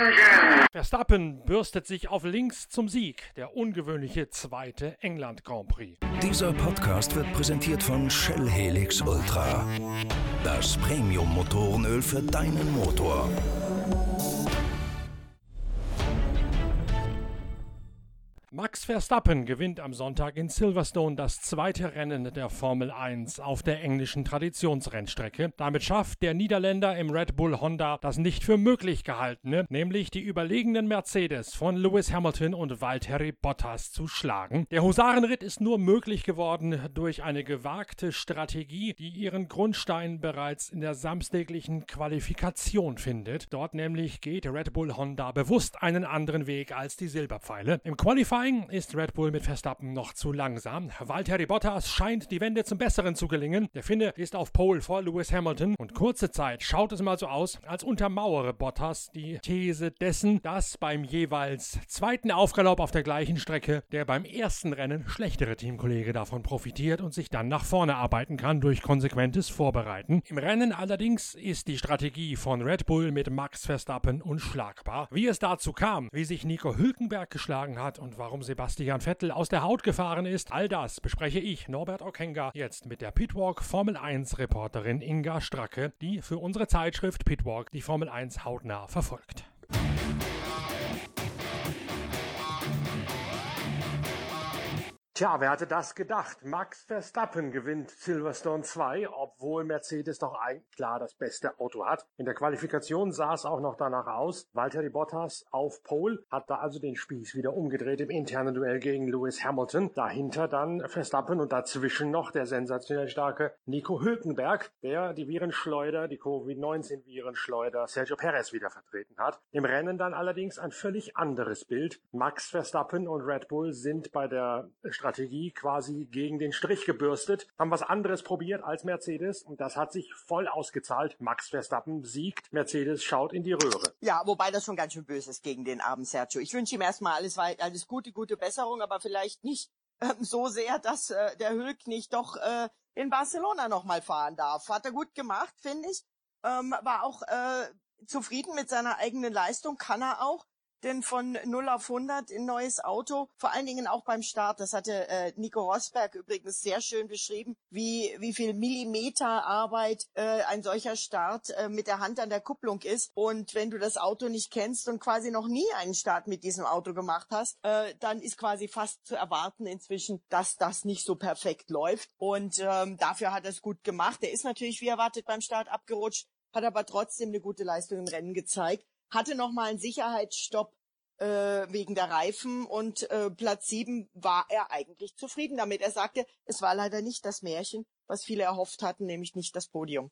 Attention! Verstappen bürstet sich auf links zum Sieg, der ungewöhnliche zweite England Grand Prix. Dieser Podcast wird präsentiert von Shell Helix Ultra. Das Premium-Motorenöl für deinen Motor. Max Verstappen gewinnt am Sonntag in Silverstone das zweite Rennen der Formel 1 auf der englischen Traditionsrennstrecke. Damit schafft der Niederländer im Red Bull Honda das nicht für möglich gehaltene, nämlich die überlegenen Mercedes von Lewis Hamilton und Valtteri Bottas zu schlagen. Der Husarenritt ist nur möglich geworden durch eine gewagte Strategie, die ihren Grundstein bereits in der samstäglichen Qualifikation findet. Dort nämlich geht Red Bull Honda bewusst einen anderen Weg als die Silberpfeile. Im Qualifying ist Red Bull mit Verstappen noch zu langsam. Valtteri Bottas scheint die Wende zum Besseren zu gelingen. Der Finne ist auf Pole vor Lewis Hamilton und kurze Zeit schaut es mal so aus, als untermauere Bottas die These dessen, dass beim jeweils zweiten Aufgalopp auf der gleichen Strecke der beim ersten Rennen schlechtere Teamkollege davon profitiert und sich dann nach vorne arbeiten kann durch konsequentes Vorbereiten. Im Rennen allerdings ist die Strategie von Red Bull mit Max Verstappen unschlagbar. Wie es dazu kam, wie sich Nico Hülkenberg geschlagen hat und warum Sebastian Vettel aus der Haut gefahren ist, all das bespreche ich, Norbert Okenga, jetzt mit der Pitwalk Formel 1 Reporterin Inga Stracke, die für unsere Zeitschrift Pitwalk die Formel 1 hautnah verfolgt. Tja, wer hatte das gedacht? Max Verstappen gewinnt Silverstone 2, obwohl Mercedes doch eigentlich klar das beste Auto hat. In der Qualifikation sah es auch noch danach aus. Valtteri Bottas auf Pole hat da also den Spieß wieder umgedreht im internen Duell gegen Lewis Hamilton. Dahinter dann Verstappen und dazwischen noch der sensationell starke Nico Hülkenberg, der die Virenschleuder, die Covid-19-Virenschleuder Sergio Perez wieder vertreten hat. Im Rennen dann allerdings ein völlig anderes Bild. Max Verstappen und Red Bull sind bei der Strategie quasi gegen den Strich gebürstet, haben was anderes probiert als Mercedes und das hat sich voll ausgezahlt. Max Verstappen siegt, Mercedes schaut in die Röhre. Ja, wobei das schon ganz schön böse ist gegen den armen Sergio. Ich wünsche ihm erstmal alles gute Besserung, aber vielleicht nicht so sehr, dass der Hülk nicht doch in Barcelona nochmal fahren darf. Hat er gut gemacht, finde ich. War auch zufrieden mit seiner eigenen Leistung, kann er auch. Denn von 0 auf 100 in neues Auto, vor allen Dingen auch beim Start, das hatte Nico Rosberg übrigens sehr schön beschrieben, wie viel Millimeter Arbeit ein solcher Start mit der Hand an der Kupplung ist. Und wenn du das Auto nicht kennst und quasi noch nie einen Start mit diesem Auto gemacht hast, dann ist quasi fast zu erwarten inzwischen, dass das nicht so perfekt läuft. Und dafür hat er es gut gemacht. Er ist natürlich wie erwartet beim Start abgerutscht, hat aber trotzdem eine gute Leistung im Rennen gezeigt. Hatte nochmal einen Sicherheitsstopp wegen der Reifen und Platz 7 war er eigentlich zufrieden damit. Er sagte, es war leider nicht das Märchen, was viele erhofft hatten, nämlich nicht das Podium.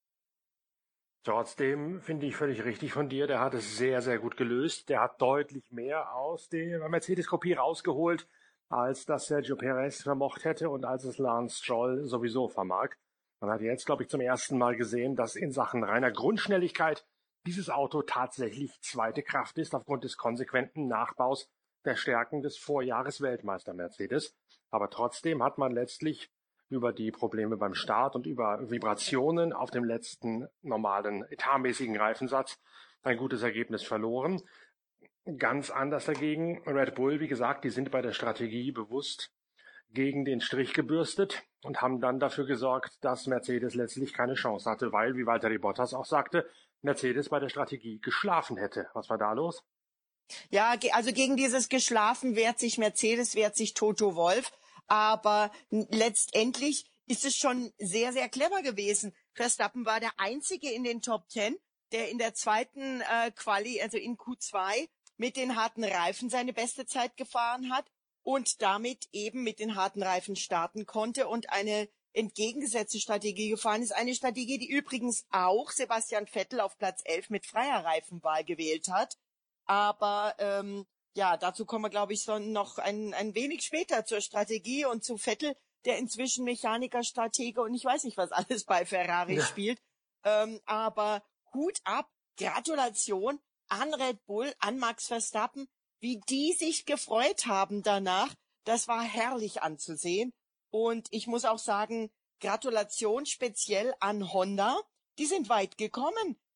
Trotzdem finde ich völlig richtig von dir, der hat es sehr, sehr gut gelöst. Der hat deutlich mehr aus der Mercedes-Kopie rausgeholt, als das Sergio Perez vermocht hätte und als es Lance Stroll sowieso vermag. Man hat jetzt, glaube ich, zum ersten Mal gesehen, dass in Sachen reiner Grundschnelligkeit dieses Auto tatsächlich zweite Kraft ist aufgrund des konsequenten Nachbaus der Stärken des Vorjahres-Weltmeister Mercedes. Aber trotzdem hat man letztlich über die Probleme beim Start und über Vibrationen auf dem letzten normalen etatmäßigen Reifensatz ein gutes Ergebnis verloren. Ganz anders dagegen Red Bull, wie gesagt, die sind bei der Strategie bewusst gegen den Strich gebürstet und haben dann dafür gesorgt, dass Mercedes letztlich keine Chance hatte, weil, wie Valtteri Bottas auch sagte, Mercedes bei der Strategie geschlafen hätte. Was war da los? Ja, also gegen dieses Geschlafen wehrt sich Mercedes, wehrt sich Toto Wolff. Aber letztendlich ist es schon sehr, sehr clever gewesen. Verstappen war der Einzige in den Top 10, der in der zweiten Quali, also in Q2, mit den harten Reifen seine beste Zeit gefahren hat und damit eben mit den harten Reifen starten konnte und eine entgegengesetzte Strategie gefahren ist. Eine Strategie, die übrigens auch Sebastian Vettel auf Platz 11 mit freier Reifenwahl gewählt hat. Aber ja, dazu kommen wir, glaube ich, noch ein wenig später zur Strategie und zu Vettel, der inzwischen Mechaniker, Stratege und ich weiß nicht, was alles bei Ferrari spielt. Aber Hut ab, Gratulation an Red Bull, an Max Verstappen, wie die sich gefreut haben danach. Das war herrlich anzusehen. Und ich muss auch sagen, Gratulation speziell an Honda. Die sind weit gekommen.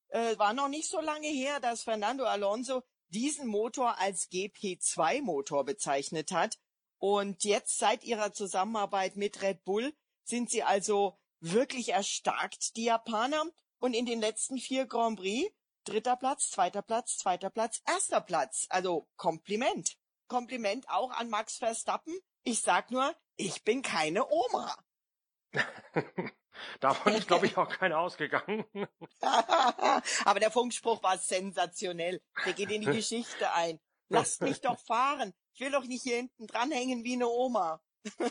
war noch nicht so lange her, dass Fernando Alonso diesen Motor als GP2-Motor bezeichnet hat. Und jetzt seit ihrer Zusammenarbeit mit Red Bull sind sie also wirklich erstarkt, die Japaner. Und in den letzten 4 Grand Prix, 3. Platz, 2. Platz, 2. Platz, 1. Platz. Also Kompliment. Kompliment auch an Max Verstappen. Ich sag nur, ich bin keine Oma. Davon ist, glaube ich, auch keiner ausgegangen. Aber der Funkspruch war sensationell. Der geht in die Geschichte ein. Lasst mich doch fahren. Ich will doch nicht hier hinten dranhängen wie eine Oma.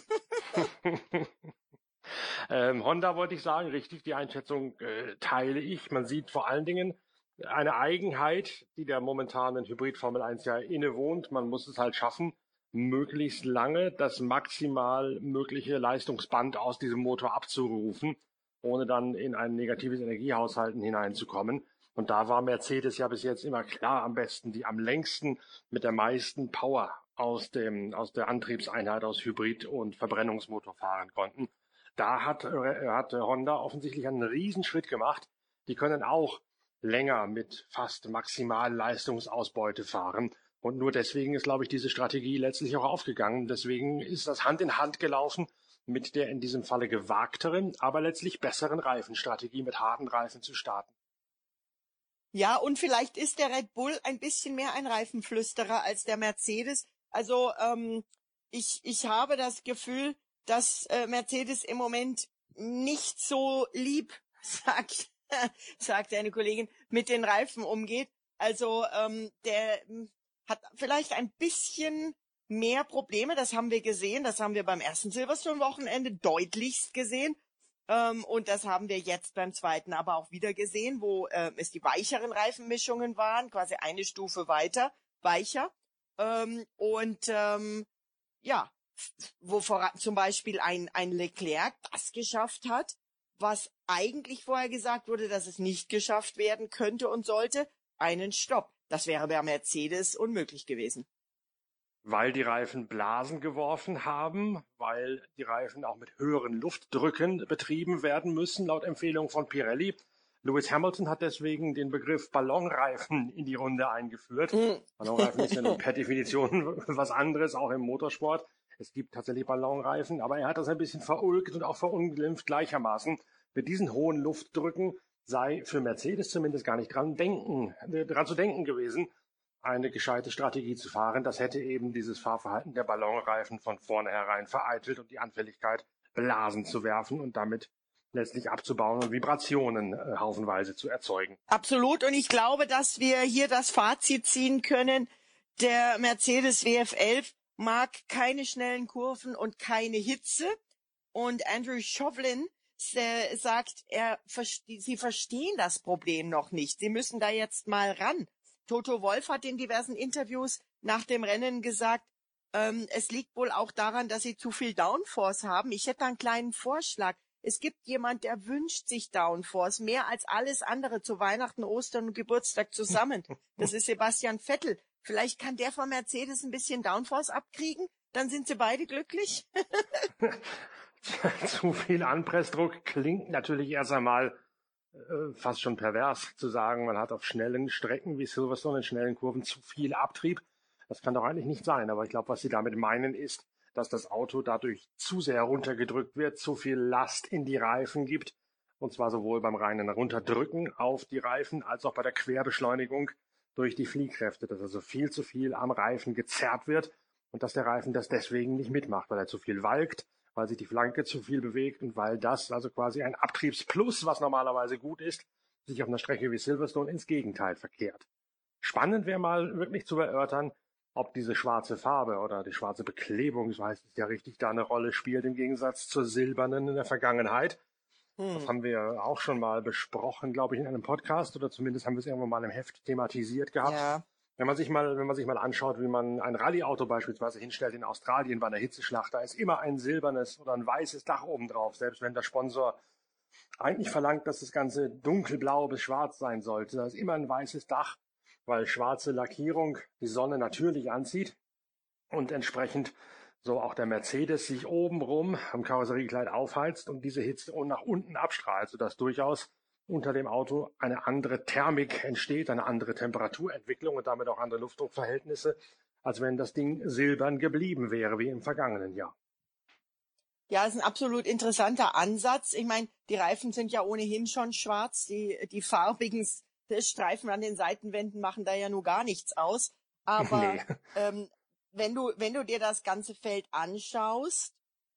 Honda wollte ich sagen, richtig, die Einschätzung teile ich. Man sieht vor allen Dingen eine Eigenheit, die der momentanen Hybrid-Formel 1 ja innewohnt. Man muss es halt schaffen, möglichst lange das maximal mögliche Leistungsband aus diesem Motor abzurufen, ohne dann in ein negatives Energiehaushalten hineinzukommen. Und da war Mercedes ja bis jetzt immer klar am besten, die am längsten mit der meisten Power aus der Antriebseinheit aus Hybrid- und Verbrennungsmotor fahren konnten. Da hat Honda offensichtlich einen Riesenschritt gemacht. Die können auch länger mit fast maximal Leistungsausbeute fahren. Und nur deswegen ist, glaube ich, diese Strategie letztlich auch aufgegangen. Deswegen ist das Hand in Hand gelaufen mit der in diesem Falle gewagteren, aber letztlich besseren Reifenstrategie, mit harten Reifen zu starten. Ja, und vielleicht ist der Red Bull ein bisschen mehr ein Reifenflüsterer als der Mercedes. Also ich habe das Gefühl, dass Mercedes im Moment nicht so lieb, sagt eine Kollegin, mit den Reifen umgeht. Also der hat vielleicht ein bisschen mehr Probleme, das haben wir gesehen, das haben wir beim ersten Silverstone-Wochenende deutlichst gesehen. Und das haben wir jetzt beim zweiten aber auch wieder gesehen, wo es die weicheren Reifenmischungen waren, quasi eine Stufe weicher. Ja, wo zum Beispiel ein Leclerc das geschafft hat, was eigentlich vorher gesagt wurde, dass es nicht geschafft werden könnte und sollte, einen Stopp. Das wäre bei Mercedes unmöglich gewesen. Weil die Reifen Blasen geworfen haben, weil die Reifen auch mit höheren Luftdrücken betrieben werden müssen, laut Empfehlung von Pirelli. Lewis Hamilton hat deswegen den Begriff Ballonreifen in die Runde eingeführt. Ballonreifen ist ja nun per Definition was anderes, auch im Motorsport. Es gibt tatsächlich Ballonreifen, aber er hat das ein bisschen verulgt und auch verunglimpft gleichermaßen. Mit diesen hohen Luftdrücken sei für Mercedes zumindest gar nicht dran zu denken gewesen, eine gescheite Strategie zu fahren. Das hätte eben dieses Fahrverhalten der Ballonreifen von vornherein vereitelt und die Anfälligkeit, Blasen zu werfen und damit letztlich abzubauen und Vibrationen haufenweise zu erzeugen. Absolut. Und ich glaube, dass wir hier das Fazit ziehen können, der Mercedes WF11 mag keine schnellen Kurven und keine Hitze. Und Andrew Chauvelin sagt, sie verstehen das Problem noch nicht. Sie müssen da jetzt mal ran. Toto Wolff hat in diversen Interviews nach dem Rennen gesagt, es liegt wohl auch daran, dass sie zu viel Downforce haben. Ich hätte einen kleinen Vorschlag. Es gibt jemand, der wünscht sich Downforce mehr als alles andere zu Weihnachten, Ostern und Geburtstag zusammen. Das ist Sebastian Vettel. Vielleicht kann der von Mercedes ein bisschen Downforce abkriegen. Dann sind sie beide glücklich. Zu viel Anpressdruck klingt natürlich erst einmal fast schon pervers zu sagen, man hat auf schnellen Strecken wie Silverstone in schnellen Kurven zu viel Abtrieb. Das kann doch eigentlich nicht sein. Aber ich glaube, was Sie damit meinen, ist, dass das Auto dadurch zu sehr runtergedrückt wird, zu viel Last in die Reifen gibt. Und zwar sowohl beim reinen Runterdrücken auf die Reifen als auch bei der Querbeschleunigung durch die Fliehkräfte. Dass also viel zu viel am Reifen gezerrt wird und dass der Reifen das deswegen nicht mitmacht, weil er zu viel walkt, weil sich die Flanke zu viel bewegt und weil das also quasi ein Abtriebsplus, was normalerweise gut ist, sich auf einer Strecke wie Silverstone ins Gegenteil verkehrt. Spannend wäre mal wirklich zu erörtern, ob diese schwarze Farbe oder die schwarze Beklebung, so heißt es ja richtig, da eine Rolle spielt im Gegensatz zur silbernen in der Vergangenheit. Das haben wir auch schon mal besprochen, glaube ich, in einem Podcast oder zumindest haben wir es irgendwann mal im Heft thematisiert gehabt. Ja. Wenn man sich mal anschaut, wie man ein Rallye-Auto beispielsweise hinstellt in Australien bei einer Hitzeschlacht, da ist immer ein silbernes oder ein weißes Dach oben drauf, selbst wenn der Sponsor eigentlich verlangt, dass das Ganze dunkelblau bis schwarz sein sollte. Da ist immer ein weißes Dach, weil schwarze Lackierung die Sonne natürlich anzieht und entsprechend so auch der Mercedes sich obenrum am Karosseriekleid aufheizt und diese Hitze nach unten abstrahlt, sodass durchaus unter dem Auto eine andere Thermik entsteht, eine andere Temperaturentwicklung und damit auch andere Luftdruckverhältnisse, als wenn das Ding silbern geblieben wäre wie im vergangenen Jahr. Ja, ist ein absolut interessanter Ansatz. Ich meine, die Reifen sind ja ohnehin schon schwarz. Die farbigen Streifen an den Seitenwänden machen da ja nur gar nichts aus. Aber Nee. wenn du dir das ganze Feld anschaust,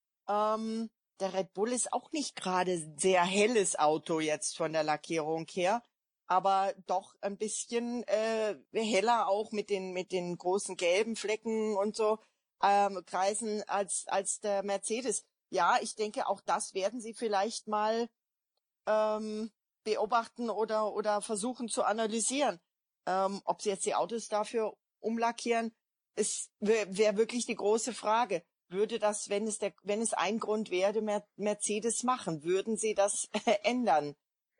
der Red Bull ist auch nicht gerade sehr helles Auto jetzt von der Lackierung her, aber doch ein bisschen heller auch mit den großen gelben Flecken und so Kreisen als der Mercedes. Ja, ich denke, auch das werden sie vielleicht mal beobachten oder versuchen zu analysieren. Ob sie jetzt die Autos dafür umlackieren, wäre wirklich die große Frage. Würde das, wenn es ein Grund wäre, Mercedes machen? Würden sie das ändern?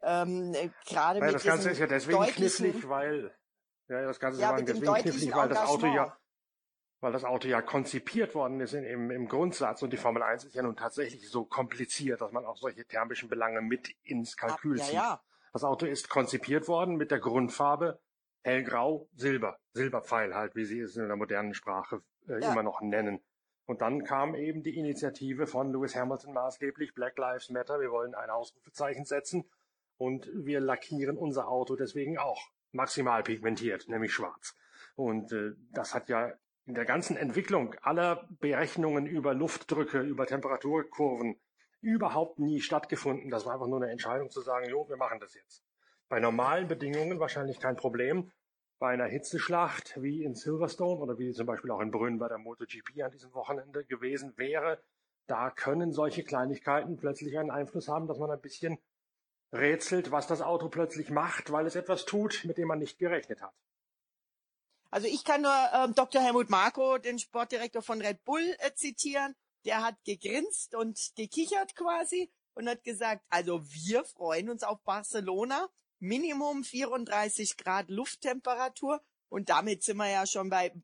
Gerade Naja, mit das Ganze diesem ist ja deswegen deutlichen, knifflig, weil das Ganze ist ja, vor allem mit dem deswegen deutlichen knifflig, Engagement. weil das Auto ja konzipiert worden ist im Grundsatz und die Formel 1 ist ja nun tatsächlich so kompliziert, dass man auch solche thermischen Belange mit ins Kalkül Ja, zieht. ja. Das Auto ist konzipiert worden mit der Grundfarbe hellgrau, Silber, Silberpfeil halt, wie sie es in der modernen Sprache Ja. immer noch nennen. Und dann kam eben die Initiative von Lewis Hamilton maßgeblich, Black Lives Matter, wir wollen ein Ausrufezeichen setzen und wir lackieren unser Auto deswegen auch maximal pigmentiert, nämlich schwarz. Und das hat ja in der ganzen Entwicklung aller Berechnungen über Luftdrücke, über Temperaturkurven überhaupt nie stattgefunden. Das war einfach nur eine Entscheidung zu sagen, jo, wir machen das jetzt. Bei normalen Bedingungen wahrscheinlich kein Problem. Bei einer Hitzeschlacht wie in Silverstone oder wie zum Beispiel auch in Brünn bei der MotoGP an diesem Wochenende gewesen wäre, da können solche Kleinigkeiten plötzlich einen Einfluss haben, dass man ein bisschen rätselt, was das Auto plötzlich macht, weil es etwas tut, mit dem man nicht gerechnet hat. Also ich kann nur Dr. Helmut Marko, den Sportdirektor von Red Bull, zitieren. Der hat gegrinst und gekichert quasi und hat gesagt, also wir freuen uns auf Barcelona. Minimum 34 Grad Lufttemperatur und damit sind wir ja schon bei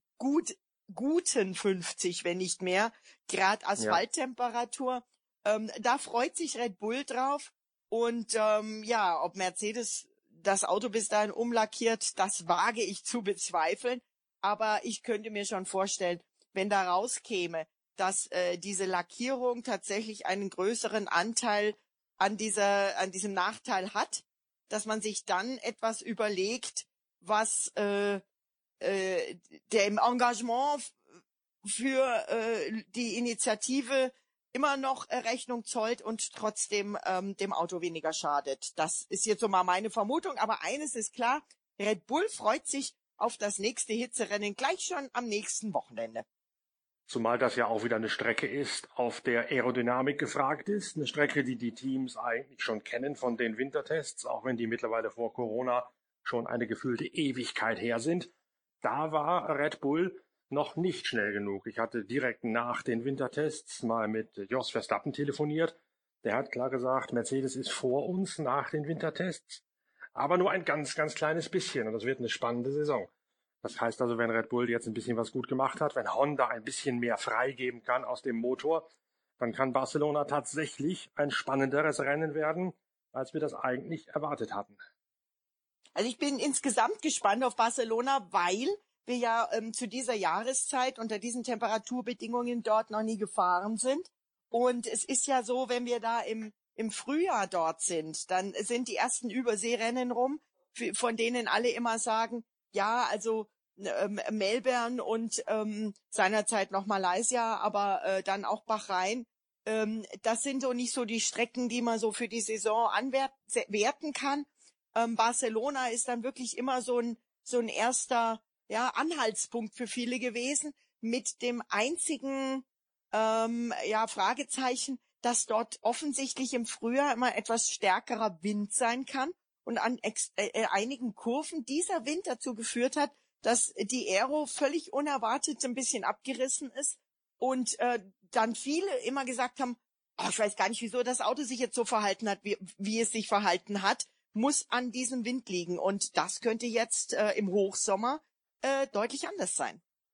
guten 50, wenn nicht mehr, Grad Asphalttemperatur. Da freut sich Red Bull drauf und ob Mercedes das Auto bis dahin umlackiert, das wage ich zu bezweifeln, aber ich könnte mir schon vorstellen, wenn da rauskäme, dass diese Lackierung tatsächlich einen größeren Anteil an diesem Nachteil hat, dass man sich dann etwas überlegt, was der im Engagement für die Initiative immer noch Rechnung zollt und trotzdem dem Auto weniger schadet. Das ist jetzt so mal meine Vermutung, aber eines ist klar, Red Bull freut sich auf das nächste Hitzerennen gleich schon am nächsten Wochenende. Zumal das ja auch wieder eine Strecke ist, auf der Aerodynamik gefragt ist. Eine Strecke, die die Teams eigentlich schon kennen von den Wintertests, auch wenn die mittlerweile vor Corona schon eine gefühlte Ewigkeit her sind. Da war Red Bull noch nicht schnell genug. Ich hatte direkt nach den Wintertests mal mit Jos Verstappen telefoniert. Der hat klar gesagt, Mercedes ist vor uns nach den Wintertests, aber nur ein ganz, ganz kleines bisschen. Und das wird eine spannende Saison. Das heißt also, wenn Red Bull jetzt ein bisschen was gut gemacht hat, wenn Honda ein bisschen mehr freigeben kann aus dem Motor, dann kann Barcelona tatsächlich ein spannenderes Rennen werden, als wir das eigentlich erwartet hatten. Also ich bin insgesamt gespannt auf Barcelona, weil wir ja zu dieser Jahreszeit unter diesen Temperaturbedingungen dort noch nie gefahren sind. Und es ist ja so, wenn wir da im Frühjahr dort sind, dann sind die ersten Überseerennen rum, von denen alle immer sagen, ja, also Melbourne und seinerzeit noch Malaysia, aber dann auch Bahrain, das sind so nicht so die Strecken, die man so für die Saison werten kann. Barcelona ist dann wirklich immer so ein erster Anhaltspunkt für viele gewesen, mit dem einzigen Fragezeichen, dass dort offensichtlich im Frühjahr immer etwas stärkerer Wind sein kann und an einigen Kurven dieser Wind dazu geführt hat, dass die Aero völlig unerwartet ein bisschen abgerissen ist und dann viele immer gesagt haben, ich weiß gar nicht, wieso das Auto sich jetzt so verhalten hat, wie es sich verhalten hat, muss an diesem Wind liegen. Und das könnte jetzt im Hochsommer deutlich anders sein.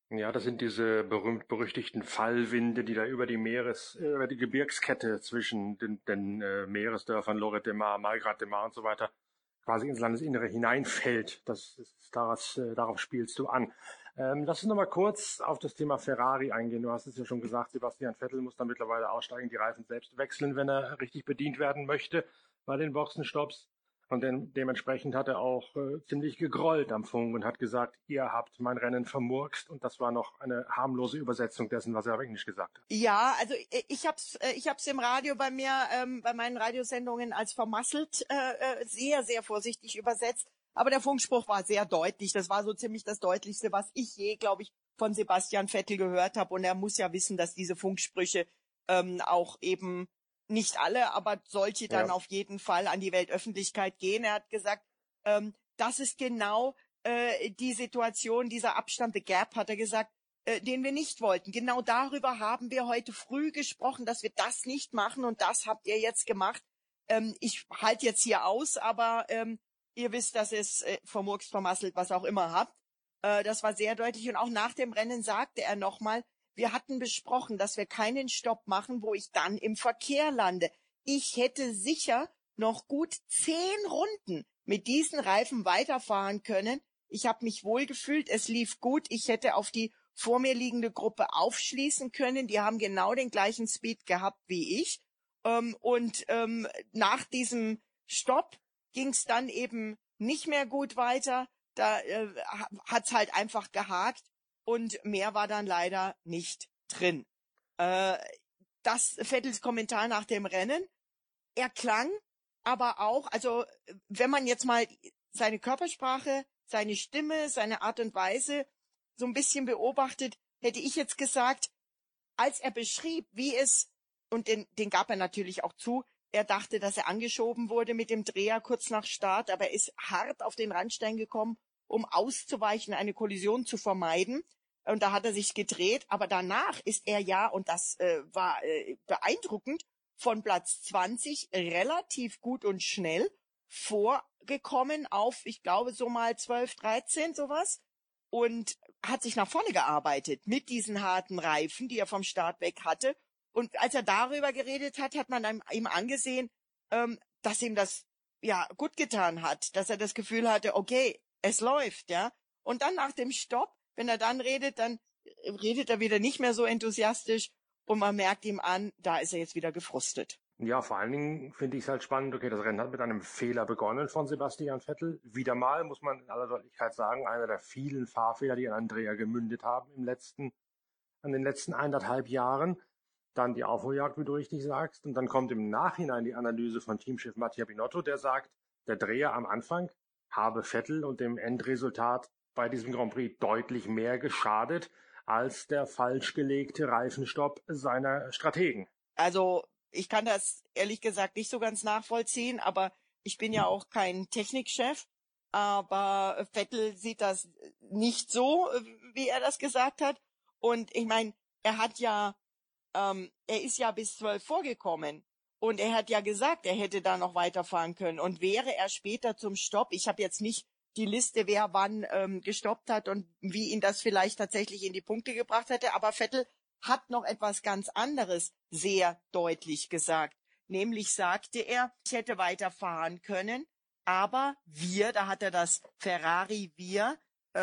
Ja, das sind diese berühmt-berüchtigten Fallwinde, die da über die Gebirgskette zwischen den Meeresdörfern Lloret de Mar, Malgrat de Mar und so weiter quasi ins Landesinnere hineinfällt. Darauf spielst du an. Lass uns nochmal kurz auf das Thema Ferrari eingehen. Du hast es ja schon gesagt, Sebastian Vettel muss da mittlerweile aussteigen, die Reifen selbst wechseln, wenn er richtig bedient werden möchte bei den Boxenstopps. Und dementsprechend hat er auch ziemlich gegrollt am Funk und hat gesagt, ihr habt mein Rennen vermurkst. Und das war noch eine harmlose Übersetzung dessen, was er auf Englisch gesagt hat. Ja, also ich hab's im Radio bei mir, bei meinen Radiosendungen als vermasselt sehr, sehr vorsichtig übersetzt. Aber der Funkspruch war sehr deutlich. Das war so ziemlich das Deutlichste, was ich je, glaube ich, von Sebastian Vettel gehört habe. Und er muss ja wissen, dass diese Funksprüche auch eben nicht alle, aber solche dann auf jeden Fall an die Weltöffentlichkeit gehen. Er hat gesagt, das ist genau die Situation, dieser Abstand, the gap, hat er gesagt, den wir nicht wollten. Genau darüber haben wir heute früh gesprochen, dass wir das nicht machen und das habt ihr jetzt gemacht. Ich halte jetzt hier aus, aber ihr wisst, dass es vermurkst, vermasselt, was auch immer habt. Das war sehr deutlich und auch nach dem Rennen sagte er nochmal, wir hatten besprochen, dass wir keinen Stopp machen, wo ich dann im Verkehr lande. Ich hätte sicher noch gut 10 Runden mit diesen Reifen weiterfahren können. Ich habe mich wohl gefühlt, es lief gut. Ich hätte auf die vor mir liegende Gruppe aufschließen können. Die haben genau den gleichen Speed gehabt wie ich. Nach diesem Stopp ging es dann eben nicht mehr gut weiter. Da hat's halt einfach gehakt. Und mehr war dann leider nicht drin. Das Vettels Kommentar nach dem Rennen. Er klang aber auch, also wenn man jetzt mal seine Körpersprache, seine Stimme, seine Art und Weise so ein bisschen beobachtet, hätte ich jetzt gesagt, als er beschrieb, wie es, und den gab er natürlich auch zu, er dachte, dass er angeschoben wurde mit dem Dreher kurz nach Start, aber er ist hart auf den Randstein gekommen, um auszuweichen, eine Kollision zu vermeiden. Und da hat er sich gedreht, aber danach ist er ja, und das war beeindruckend, von Platz 20 relativ gut und schnell vorgekommen auf, ich glaube, so mal 12, 13, sowas. Und hat sich nach vorne gearbeitet mit diesen harten Reifen, die er vom Start weg hatte. Und als er darüber geredet hat, hat man ihm angesehen, dass ihm das ja gut getan hat, dass er das Gefühl hatte, okay, es läuft, ja. Und dann nach dem Stopp, wenn er dann redet er wieder nicht mehr so enthusiastisch und man merkt ihm an, da ist er jetzt wieder gefrustet. Ja, vor allen Dingen finde ich es halt spannend, okay, das Rennen hat mit einem Fehler begonnen von Sebastian Vettel. Wieder mal, muss man in aller Deutlichkeit sagen, einer der vielen Fahrfehler, die an Andrea gemündet haben an den letzten 1,5 Jahren. Dann die Aufholjagd, wie du richtig sagst. Und dann kommt im Nachhinein die Analyse von Teamchef Mattia Binotto, der sagt, der Dreher am Anfang habe Vettel und dem Endresultat bei diesem Grand Prix deutlich mehr geschadet als der falsch gelegte Reifenstopp seiner Strategen. Also ich kann das ehrlich gesagt nicht so ganz nachvollziehen, aber ich bin ja auch kein Technikchef. Aber Vettel sieht das nicht so, wie er das gesagt hat. Und ich meine, er ist ja bis 12 vorgekommen. Und er hat ja gesagt, er hätte da noch weiterfahren können. Und wäre er später zum Stopp, ich habe jetzt nicht die Liste, wer wann gestoppt hat und wie ihn das vielleicht tatsächlich in die Punkte gebracht hätte. Aber Vettel hat noch etwas ganz anderes sehr deutlich gesagt. Nämlich sagte er, ich hätte weiterfahren können, aber da hat er das Ferrari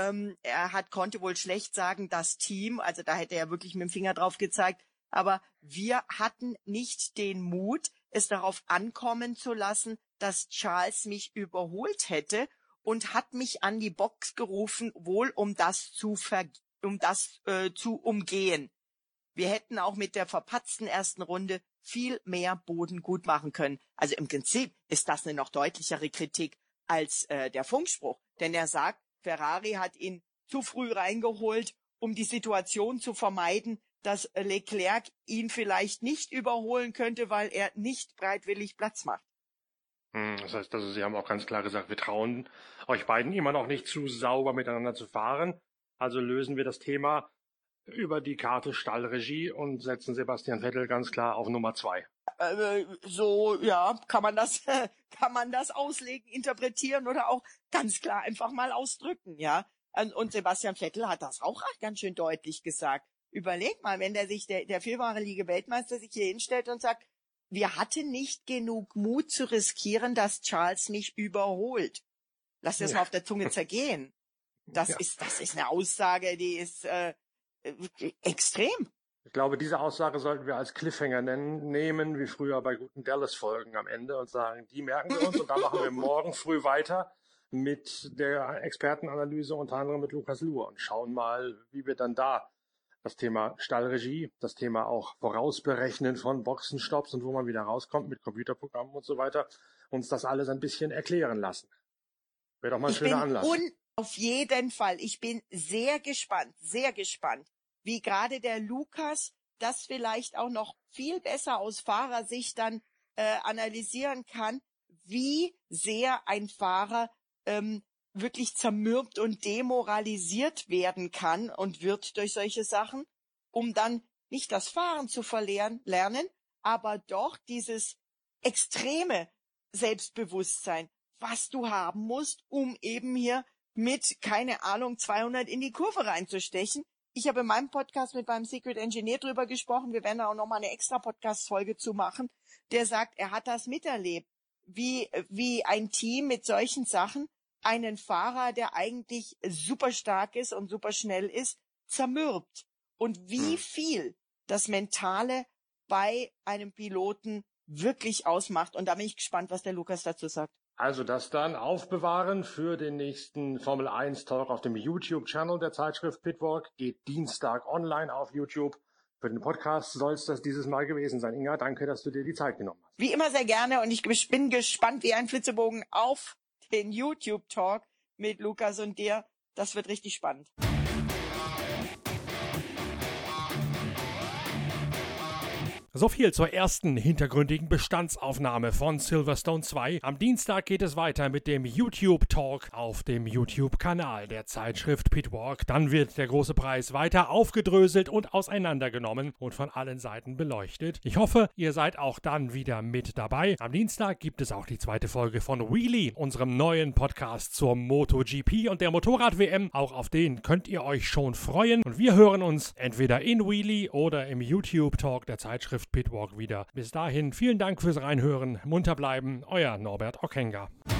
konnte wohl schlecht sagen, das Team, also da hätte er wirklich mit dem Finger drauf gezeigt, aber wir hatten nicht den Mut, es darauf ankommen zu lassen, dass Charles mich überholt hätte und hat mich an die Box gerufen, wohl um das zu umgehen. Wir hätten auch mit der verpatzten ersten Runde viel mehr Boden gut machen können. Also im Prinzip ist das eine noch deutlichere Kritik als der Funkspruch. Denn er sagt, Ferrari hat ihn zu früh reingeholt, um die Situation zu vermeiden, dass Leclerc ihn vielleicht nicht überholen könnte, weil er nicht bereitwillig Platz macht. Das heißt, also Sie haben auch ganz klar gesagt, wir trauen euch beiden immer noch nicht zu sauber miteinander zu fahren. Also lösen wir das Thema über die Karte Stallregie und setzen Sebastian Vettel ganz klar auf Nummer 2. Kann man das auslegen, interpretieren oder auch ganz klar einfach mal ausdrücken, ja. Und Sebastian Vettel hat das auch ganz schön deutlich gesagt. Überleg mal, wenn der vierfache Weltmeister sich hier hinstellt und sagt, wir hatten nicht genug Mut zu riskieren, dass Charles mich überholt. Lass das mal auf der Zunge zergehen. Das ist eine Aussage, die ist extrem. Ich glaube, diese Aussage sollten wir als Cliffhanger nehmen, wie früher bei guten Dallas-Folgen am Ende und sagen, die merken wir uns und dann machen wir morgen früh weiter mit der Expertenanalyse, unter anderem mit Lukas Luhr, und schauen mal, wie wir dann da das Thema Stallregie, das Thema auch Vorausberechnen von Boxenstopps und wo man wieder rauskommt mit Computerprogrammen und so weiter, uns das alles ein bisschen erklären lassen. Wäre doch mal ein schöner Anlass. Auf jeden Fall. Ich bin sehr gespannt, wie gerade der Lukas das vielleicht auch noch viel besser aus Fahrersicht dann analysieren kann, wie sehr ein Fahrer wirklich zermürbt und demoralisiert werden kann und wird durch solche Sachen, um dann nicht das Fahren zu lernen, aber doch dieses extreme Selbstbewusstsein, was du haben musst, um eben hier mit, keine Ahnung, 200 in die Kurve reinzustechen. Ich habe in meinem Podcast mit meinem Secret Engineer drüber gesprochen, wir werden da auch nochmal eine extra Podcast-Folge zu machen, der sagt, er hat das miterlebt, wie ein Team mit solchen Sachen einen Fahrer, der eigentlich super stark ist und super schnell ist, zermürbt. Und wie viel das Mentale bei einem Piloten wirklich ausmacht. Und da bin ich gespannt, was der Lukas dazu sagt. Also das dann aufbewahren für den nächsten Formel 1 Talk auf dem YouTube-Channel der Zeitschrift Pitwalk. Geht Dienstag online auf YouTube. Für den Podcast soll es das dieses Mal gewesen sein. Inga, danke, dass du dir die Zeit genommen hast. Wie immer sehr gerne und ich bin gespannt wie ein Flitzebogen auf den YouTube-Talk mit Lukas und dir. Das wird richtig spannend. So viel zur ersten hintergründigen Bestandsaufnahme von Silverstone 2. Am Dienstag geht es weiter mit dem YouTube-Talk auf dem YouTube-Kanal der Zeitschrift Pitwalk. Dann wird der große Preis weiter aufgedröselt und auseinandergenommen und von allen Seiten beleuchtet. Ich hoffe, ihr seid auch dann wieder mit dabei. Am Dienstag gibt es auch die zweite Folge von Wheelie, unserem neuen Podcast zur MotoGP und der Motorrad-WM. Auch auf den könnt ihr euch schon freuen. Und wir hören uns entweder in Wheelie oder im YouTube-Talk der Zeitschrift Pitwalk wieder. Bis dahin, vielen Dank fürs Reinhören, munter bleiben, euer Norbert Ockenger.